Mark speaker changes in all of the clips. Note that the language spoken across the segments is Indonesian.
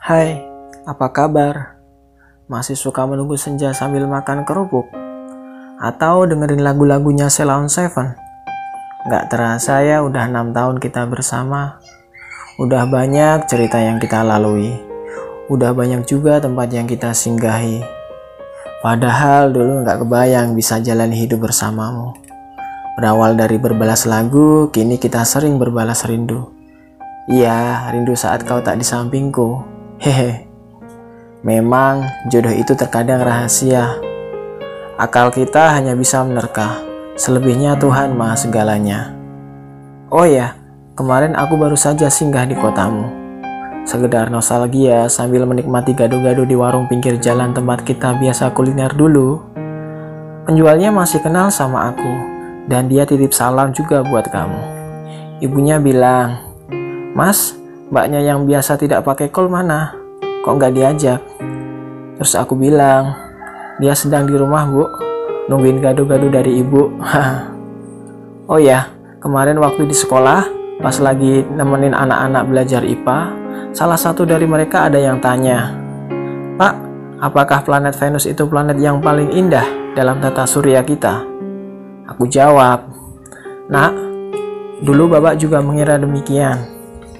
Speaker 1: Hai, apa kabar? Masih suka menunggu senja sambil makan kerupuk? Atau dengerin lagu-lagunya Sheila on 7? Gak terasa ya udah 6 tahun kita bersama. Udah banyak cerita yang kita lalui. Udah banyak juga tempat yang kita singgahi. Padahal dulu gak kebayang bisa jalani hidup bersamamu. Berawal dari berbalas lagu, kini kita sering berbalas rindu. Iya, rindu saat kau tak di sampingku. Hehe. Memang jodoh itu terkadang rahasia. Akal kita hanya bisa menerka. Selebihnya Tuhan Maha segalanya. Oh ya, kemarin aku baru saja singgah di kotamu. Sekedar nostalgia sambil menikmati gado-gado di warung pinggir jalan tempat kita biasa kuliner dulu. Penjualnya masih kenal sama aku, dan dia titip salam juga buat kamu. Ibunya bilang, "Mas, mbaknya yang biasa tidak pakai kol mana? Kok nggak diajak?" Terus aku bilang, "Dia sedang di rumah, Bu, nungguin gado-gado dari ibu." Oh ya, kemarin waktu di sekolah, pas lagi nemenin anak-anak belajar IPA, salah satu dari mereka ada yang tanya, "Pak, apakah planet Venus itu planet yang paling indah dalam tata surya kita?" Aku jawab, "Nak, dulu Bapak juga mengira demikian.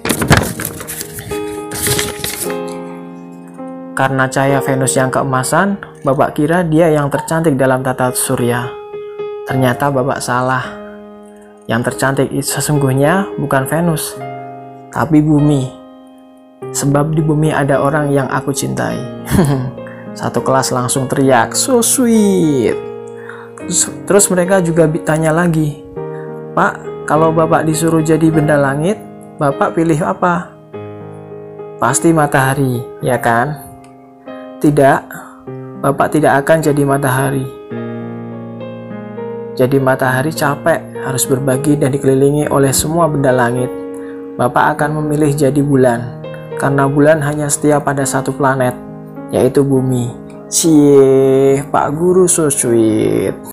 Speaker 1: Karena cahaya Venus yang keemasan, Bapak kira dia yang tercantik dalam tata surya. Ternyata Bapak salah. Yang tercantik itu sesungguhnya bukan Venus, tapi bumi. Sebab di bumi ada orang yang aku cintai." Satu kelas langsung teriak, "So sweet." Terus mereka juga tanya lagi, "Pak, kalau Bapak disuruh jadi benda langit, Bapak pilih apa?" "Pasti matahari, ya kan?" "Tidak, Bapak tidak akan jadi matahari. Jadi matahari capek, harus berbagi dan dikelilingi oleh semua benda langit. Bapak akan memilih jadi bulan, karena bulan hanya setia pada satu planet, yaitu bumi." Cie, Pak Guru so sweet.